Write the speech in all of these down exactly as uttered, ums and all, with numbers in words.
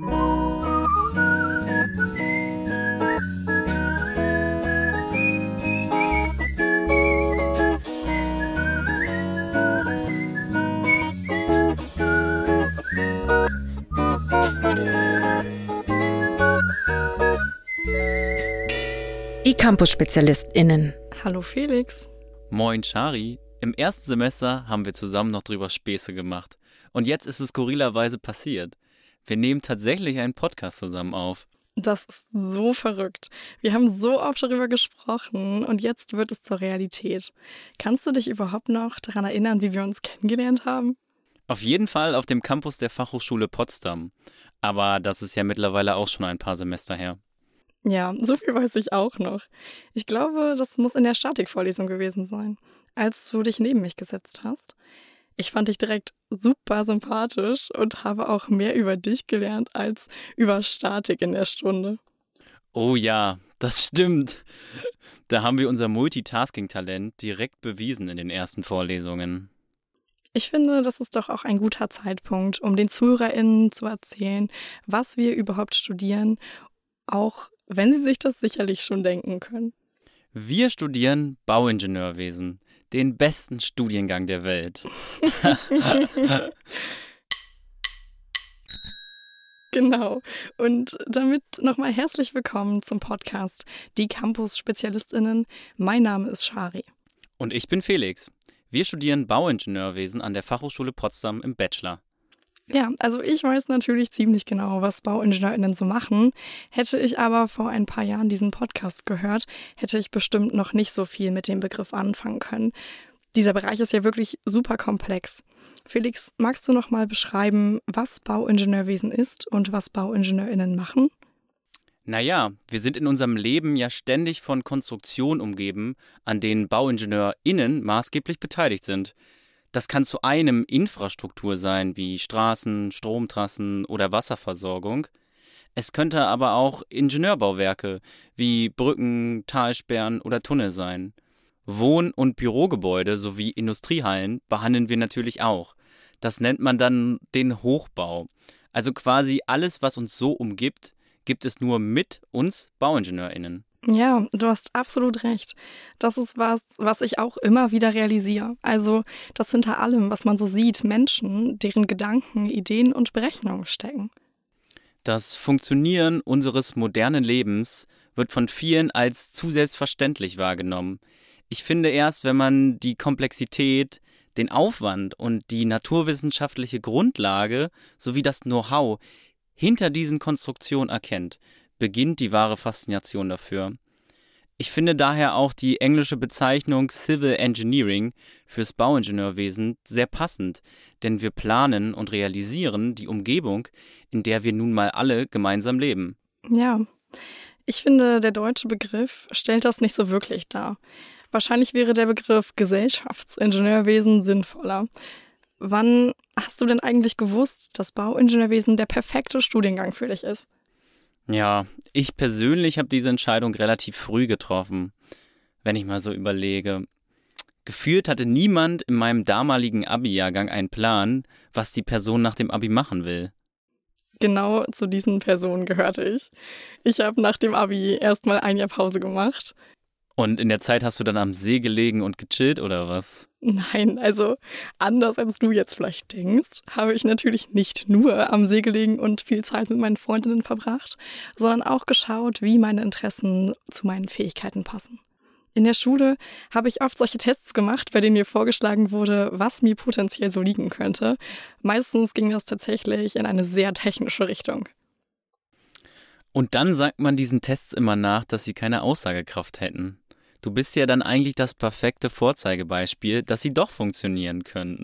Die Campus-SpezialistInnen. Hallo Felix. Moin Shari. Im ersten Semester haben wir zusammen noch drüber Späße gemacht. Und jetzt ist es skurrilerweise passiert. Wir nehmen tatsächlich einen Podcast zusammen auf. Das ist so verrückt. Wir haben so oft darüber gesprochen und jetzt wird es zur Realität. Kannst du dich überhaupt noch daran erinnern, wie wir uns kennengelernt haben? Auf jeden Fall auf dem Campus der Fachhochschule Potsdam. Aber das ist ja mittlerweile auch schon ein paar Semester her. Ja, so viel weiß ich auch noch. Ich glaube, das muss in der Statikvorlesung gewesen sein, als du dich neben mich gesetzt hast. Ich fand dich direkt super sympathisch und habe auch mehr über dich gelernt als über Statik in der Stunde. Oh ja, das stimmt. Da haben wir unser Multitasking-Talent direkt bewiesen in den ersten Vorlesungen. Ich finde, das ist doch auch ein guter Zeitpunkt, um den ZuhörerInnen zu erzählen, was wir überhaupt studieren, auch wenn sie sich das sicherlich schon denken können. Wir studieren Bauingenieurwesen, den besten Studiengang der Welt. Genau. Und damit nochmal herzlich willkommen zum Podcast Die Campus-SpezialistInnen. Mein Name ist Shari. Und ich bin Felix. Wir studieren Bauingenieurwesen an der Fachhochschule Potsdam im Bachelor. Ja, also ich weiß natürlich ziemlich genau, was BauingenieurInnen so machen. Hätte ich aber vor ein paar Jahren diesen Podcast gehört, hätte ich bestimmt noch nicht so viel mit dem Begriff anfangen können. Dieser Bereich ist ja wirklich super komplex. Felix, magst du noch mal beschreiben, was Bauingenieurwesen ist und was BauingenieurInnen machen? Naja, wir sind in unserem Leben ja ständig von Konstruktionen umgeben, an denen BauingenieurInnen maßgeblich beteiligt sind. Das kann zu einem Infrastruktur sein, wie Straßen, Stromtrassen oder Wasserversorgung. Es könnte aber auch Ingenieurbauwerke wie Brücken, Talsperren oder Tunnel sein. Wohn- und Bürogebäude sowie Industriehallen behandeln wir natürlich auch. Das nennt man dann den Hochbau. Also quasi alles, was uns so umgibt, gibt es nur mit uns BauingenieurInnen. Ja, du hast absolut recht. Das ist was, was ich auch immer wieder realisiere. Also, dass hinter allem, was man so sieht, Menschen, deren Gedanken, Ideen und Berechnungen stecken. Das Funktionieren unseres modernen Lebens wird von vielen als zu selbstverständlich wahrgenommen. Ich finde erst, wenn man die Komplexität, den Aufwand und die naturwissenschaftliche Grundlage sowie das Know-how hinter diesen Konstruktionen erkennt, beginnt die wahre Faszination dafür. Ich finde daher auch die englische Bezeichnung Civil Engineering fürs Bauingenieurwesen sehr passend, denn wir planen und realisieren die Umgebung, in der wir nun mal alle gemeinsam leben. Ja, ich finde, der deutsche Begriff stellt das nicht so wirklich dar. Wahrscheinlich wäre der Begriff Gesellschaftsingenieurwesen sinnvoller. Wann hast du denn eigentlich gewusst, dass Bauingenieurwesen der perfekte Studiengang für dich ist? Ja, ich persönlich habe diese Entscheidung relativ früh getroffen, wenn ich mal so überlege. Gefühlt hatte niemand in meinem damaligen Abi-Jahrgang einen Plan, was die Person nach dem Abi machen will. Genau zu diesen Personen gehörte ich. Ich habe nach dem Abi erstmal ein Jahr Pause gemacht. Und in der Zeit hast du dann am See gelegen und gechillt, oder was? Nein, also anders als du jetzt vielleicht denkst, habe ich natürlich nicht nur am See gelegen und viel Zeit mit meinen Freundinnen verbracht, sondern auch geschaut, wie meine Interessen zu meinen Fähigkeiten passen. In der Schule habe ich oft solche Tests gemacht, bei denen mir vorgeschlagen wurde, was mir potenziell so liegen könnte. Meistens ging das tatsächlich in eine sehr technische Richtung. Und dann sagt man diesen Tests immer nach, dass sie keine Aussagekraft hätten. Du bist ja dann eigentlich das perfekte Vorzeigebeispiel, dass sie doch funktionieren können.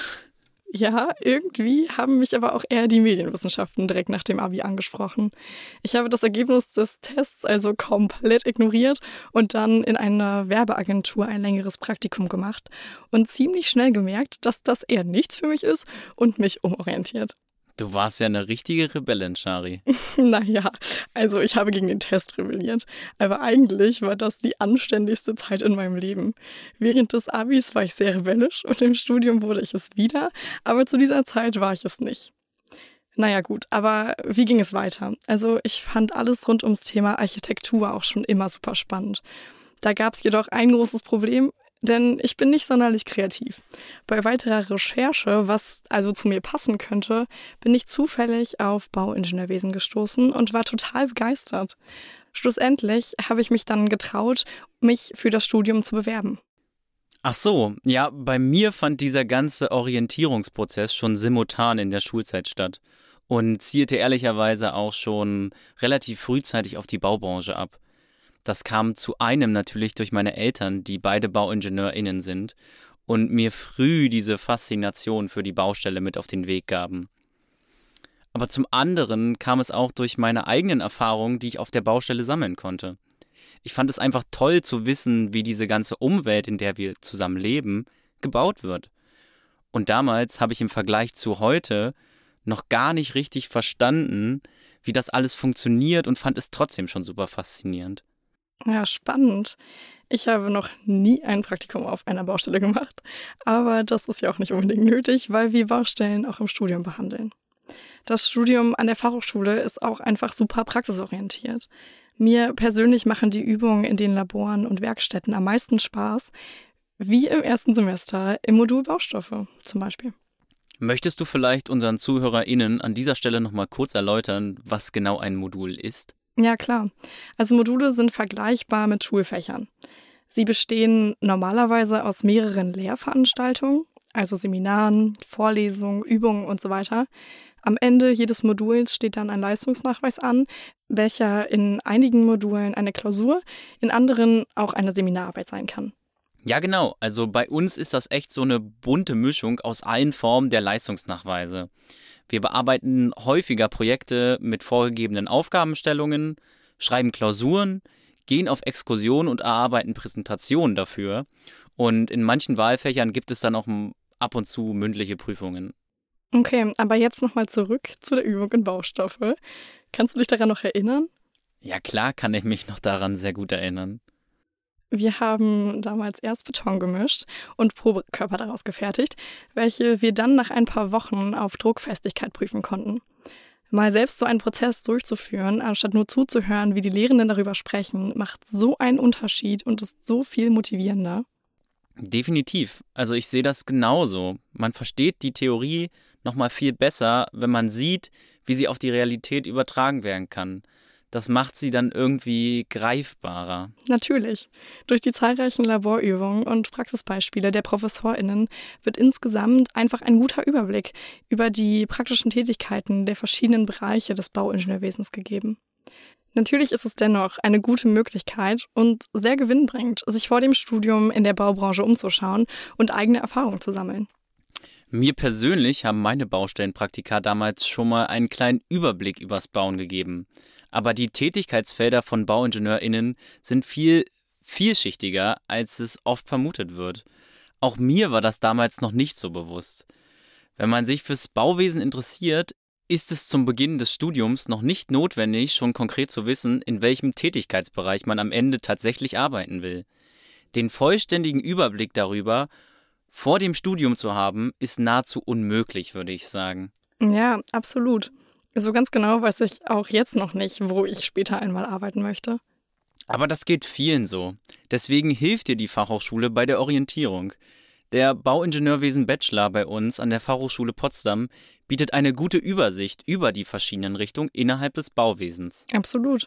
Ja, irgendwie haben mich aber auch eher die Medienwissenschaften direkt nach dem Abi angesprochen. Ich habe das Ergebnis des Tests also komplett ignoriert und dann in einer Werbeagentur ein längeres Praktikum gemacht und ziemlich schnell gemerkt, dass das eher nichts für mich ist und mich umorientiert. Du warst ja eine richtige Rebellin, Shari. Naja, also ich habe gegen den Test rebelliert, aber eigentlich war das die anständigste Zeit in meinem Leben. Während des Abis war ich sehr rebellisch und im Studium wurde ich es wieder, aber zu dieser Zeit war ich es nicht. Naja gut, aber wie ging es weiter? Also ich fand alles rund ums Thema Architektur auch schon immer super spannend. Da gab es jedoch ein großes Problem, denn ich bin nicht sonderlich kreativ. Bei weiterer Recherche, was also zu mir passen könnte, bin ich zufällig auf Bauingenieurwesen gestoßen und war total begeistert. Schlussendlich habe ich mich dann getraut, mich für das Studium zu bewerben. Ach so, ja, bei mir fand dieser ganze Orientierungsprozess schon simultan in der Schulzeit statt und zielte ehrlicherweise auch schon relativ frühzeitig auf die Baubranche ab. Das kam zu einem natürlich durch meine Eltern, die beide BauingenieurInnen sind und mir früh diese Faszination für die Baustelle mit auf den Weg gaben. Aber zum anderen kam es auch durch meine eigenen Erfahrungen, die ich auf der Baustelle sammeln konnte. Ich fand es einfach toll zu wissen, wie diese ganze Umwelt, in der wir zusammen leben, gebaut wird. Und damals habe ich im Vergleich zu heute noch gar nicht richtig verstanden, wie das alles funktioniert und fand es trotzdem schon super faszinierend. Ja, spannend. Ich habe noch nie ein Praktikum auf einer Baustelle gemacht, aber das ist ja auch nicht unbedingt nötig, weil wir Baustellen auch im Studium behandeln. Das Studium an der Fachhochschule ist auch einfach super praxisorientiert. Mir persönlich machen die Übungen in den Laboren und Werkstätten am meisten Spaß, wie im ersten Semester im Modul Baustoffe zum Beispiel. Möchtest du vielleicht unseren ZuhörerInnen an dieser Stelle nochmal kurz erläutern, was genau ein Modul ist? Ja, klar. Also Module sind vergleichbar mit Schulfächern. Sie bestehen normalerweise aus mehreren Lehrveranstaltungen, also Seminaren, Vorlesungen, Übungen und so weiter. Am Ende jedes Moduls steht dann ein Leistungsnachweis an, welcher in einigen Modulen eine Klausur, in anderen auch eine Seminararbeit sein kann. Ja, genau. Also bei uns ist das echt so eine bunte Mischung aus allen Formen der Leistungsnachweise. Wir bearbeiten häufiger Projekte mit vorgegebenen Aufgabenstellungen, schreiben Klausuren, gehen auf Exkursionen und erarbeiten Präsentationen dafür. Und in manchen Wahlfächern gibt es dann auch ab und zu mündliche Prüfungen. Okay, aber jetzt nochmal zurück zu der Übung in Baustoffe. Kannst du dich daran noch erinnern? Ja, klar kann ich mich noch daran sehr gut erinnern. Wir haben damals erst Beton gemischt und Probekörper daraus gefertigt, welche wir dann nach ein paar Wochen auf Druckfestigkeit prüfen konnten. Mal selbst so einen Prozess durchzuführen, anstatt nur zuzuhören, wie die Lehrenden darüber sprechen, macht so einen Unterschied und ist so viel motivierender. Definitiv. Also ich sehe das genauso. Man versteht die Theorie nochmal viel besser, wenn man sieht, wie sie auf die Realität übertragen werden kann. Das macht sie dann irgendwie greifbarer. Natürlich. Durch die zahlreichen Laborübungen und Praxisbeispiele der ProfessorInnen wird insgesamt einfach ein guter Überblick über die praktischen Tätigkeiten der verschiedenen Bereiche des Bauingenieurwesens gegeben. Natürlich ist es dennoch eine gute Möglichkeit und sehr gewinnbringend, sich vor dem Studium in der Baubranche umzuschauen und eigene Erfahrungen zu sammeln. Mir persönlich haben meine Baustellenpraktika damals schon mal einen kleinen Überblick übers Bauen gegeben. Aber die Tätigkeitsfelder von BauingenieurInnen sind viel vielschichtiger, als es oft vermutet wird. Auch mir war das damals noch nicht so bewusst. Wenn man sich fürs Bauwesen interessiert, ist es zum Beginn des Studiums noch nicht notwendig, schon konkret zu wissen, in welchem Tätigkeitsbereich man am Ende tatsächlich arbeiten will. Den vollständigen Überblick darüber vor dem Studium zu haben, ist nahezu unmöglich, würde ich sagen. Ja, absolut. So ganz genau weiß ich auch jetzt noch nicht, wo ich später einmal arbeiten möchte. Aber das geht vielen so. Deswegen hilft dir die Fachhochschule bei der Orientierung. Der Bauingenieurwesen-Bachelor bei uns an der Fachhochschule Potsdam bietet eine gute Übersicht über die verschiedenen Richtungen innerhalb des Bauwesens. Absolut.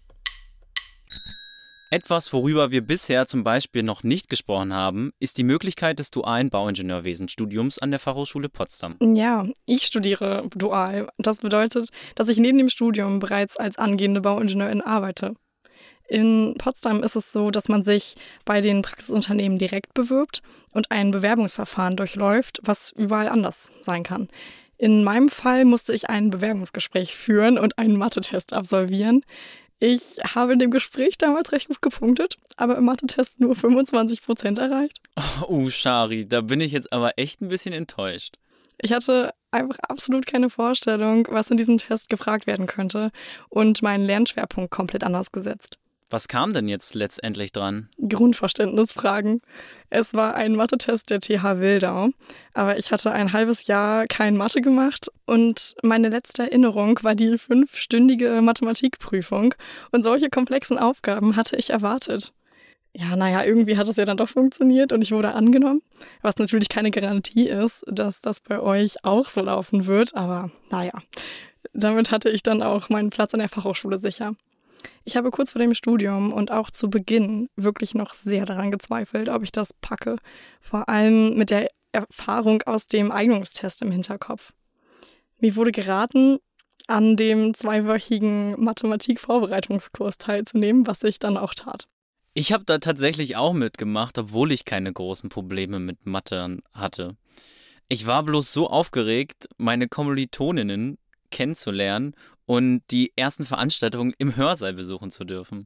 Etwas, worüber wir bisher zum Beispiel noch nicht gesprochen haben, ist die Möglichkeit des dualen Bauingenieurwesenstudiums an der Fachhochschule Potsdam. Ja, ich studiere dual. Das bedeutet, dass ich neben dem Studium bereits als angehende Bauingenieurin arbeite. In Potsdam ist es so, dass man sich bei den Praxisunternehmen direkt bewirbt und ein Bewerbungsverfahren durchläuft, was überall anders sein kann. In meinem Fall musste ich ein Bewerbungsgespräch führen und einen Mathe-Test absolvieren. Ich habe in dem Gespräch damals recht gut gepunktet, aber im Mathe-Test nur fünfundzwanzig Prozent erreicht. Oh, Shari, da bin ich jetzt aber echt ein bisschen enttäuscht. Ich hatte einfach absolut keine Vorstellung, was in diesem Test gefragt werden könnte und meinen Lernschwerpunkt komplett anders gesetzt. Was kam denn jetzt letztendlich dran? Grundverständnisfragen. Es war ein Mathe-Test der T H Wildau, aber ich hatte ein halbes Jahr kein Mathe gemacht und meine letzte Erinnerung war die fünfstündige Mathematikprüfung und solche komplexen Aufgaben hatte ich erwartet. Ja, naja, irgendwie hat es ja dann doch funktioniert und ich wurde angenommen, was natürlich keine Garantie ist, dass das bei euch auch so laufen wird, aber naja, damit hatte ich dann auch meinen Platz an der Fachhochschule sicher. Ich habe kurz vor dem Studium und auch zu Beginn wirklich noch sehr daran gezweifelt, ob ich das packe. Vor allem mit der Erfahrung aus dem Eignungstest im Hinterkopf. Mir wurde geraten, an dem zweiwöchigen Mathematik-Vorbereitungskurs teilzunehmen, was ich dann auch tat. Ich habe da tatsächlich auch mitgemacht, obwohl ich keine großen Probleme mit Mathe hatte. Ich war bloß so aufgeregt, meine Kommilitoninnen kennenzulernen und die ersten Veranstaltungen im Hörsaal besuchen zu dürfen.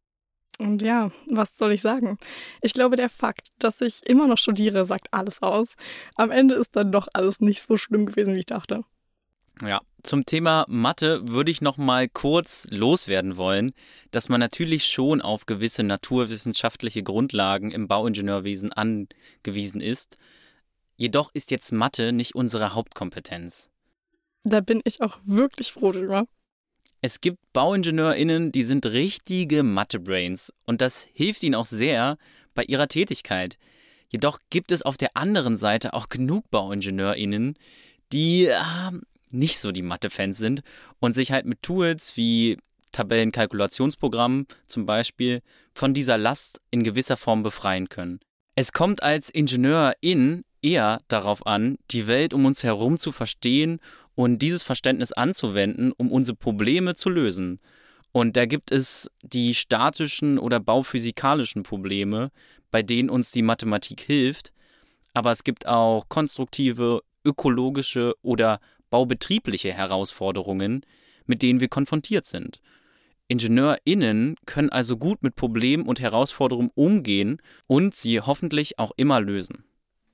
Und ja, was soll ich sagen? Ich glaube, der Fakt, dass ich immer noch studiere, sagt alles aus. Am Ende ist dann doch alles nicht so schlimm gewesen, wie ich dachte. Ja, zum Thema Mathe würde ich noch mal kurz loswerden wollen, dass man natürlich schon auf gewisse naturwissenschaftliche Grundlagen im Bauingenieurwesen angewiesen ist. Jedoch ist jetzt Mathe nicht unsere Hauptkompetenz. Da bin ich auch wirklich froh drüber. Es gibt BauingenieurInnen, die sind richtige Mathe-Brains und das hilft ihnen auch sehr bei ihrer Tätigkeit. Jedoch gibt es auf der anderen Seite auch genug BauingenieurInnen, die äh, nicht so die Mathe-Fans sind und sich halt mit Tools wie Tabellenkalkulationsprogrammen zum Beispiel von dieser Last in gewisser Form befreien können. Es kommt als Ingenieurin eher darauf an, die Welt um uns herum zu verstehen und dieses Verständnis anzuwenden, um unsere Probleme zu lösen. Und da gibt es die statischen oder bauphysikalischen Probleme, bei denen uns die Mathematik hilft, aber es gibt auch konstruktive, ökologische oder baubetriebliche Herausforderungen, mit denen wir konfrontiert sind. IngenieurInnen können also gut mit Problemen und Herausforderungen umgehen und sie hoffentlich auch immer lösen.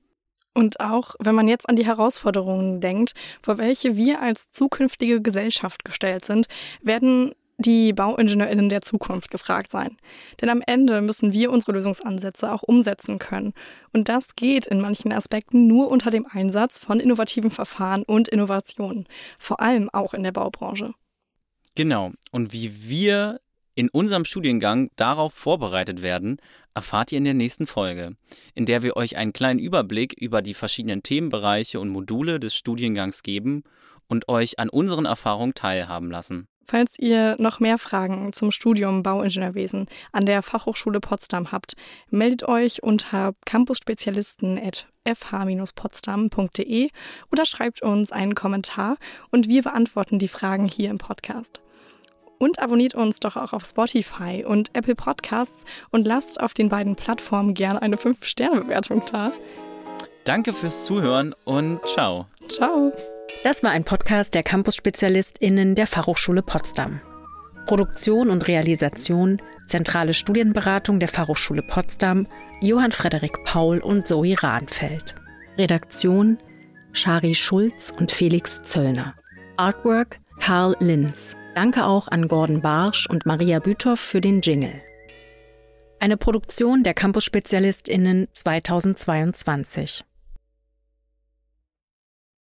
Und auch, wenn man jetzt an die Herausforderungen denkt, vor welche wir als zukünftige Gesellschaft gestellt sind, werden die BauingenieurInnen der Zukunft gefragt sein. Denn am Ende müssen wir unsere Lösungsansätze auch umsetzen können. Und das geht in manchen Aspekten nur unter dem Einsatz von innovativen Verfahren und Innovationen, vor allem auch in der Baubranche. Genau. Und wie wir in unserem Studiengang darauf vorbereitet werden, erfahrt ihr in der nächsten Folge, in der wir euch einen kleinen Überblick über die verschiedenen Themenbereiche und Module des Studiengangs geben und euch an unseren Erfahrungen teilhaben lassen. Falls ihr noch mehr Fragen zum Studium Bauingenieurwesen an der Fachhochschule Potsdam habt, meldet euch unter campusspezialisten at f h dash potsdam punkt d e oder schreibt uns einen Kommentar und wir beantworten die Fragen hier im Podcast. Und abonniert uns doch auch auf Spotify und Apple Podcasts und lasst auf den beiden Plattformen gerne eine fünf Sterne Bewertung da. Danke fürs Zuhören und ciao. Ciao. Das war ein Podcast der Campus-SpezialistInnen der Fachhochschule Potsdam. Produktion und Realisation, zentrale Studienberatung der Fachhochschule Potsdam, Johann Frederik Paul und Zoe Rahnfeld. Redaktion, Shari Schulz und Felix Zöllner. Artwork, Karl Linz. Danke auch an Gordon Barsch und Maria Büthoff für den Jingle. Eine Produktion der Campus-SpezialistInnen zweitausendzweiundzwanzig.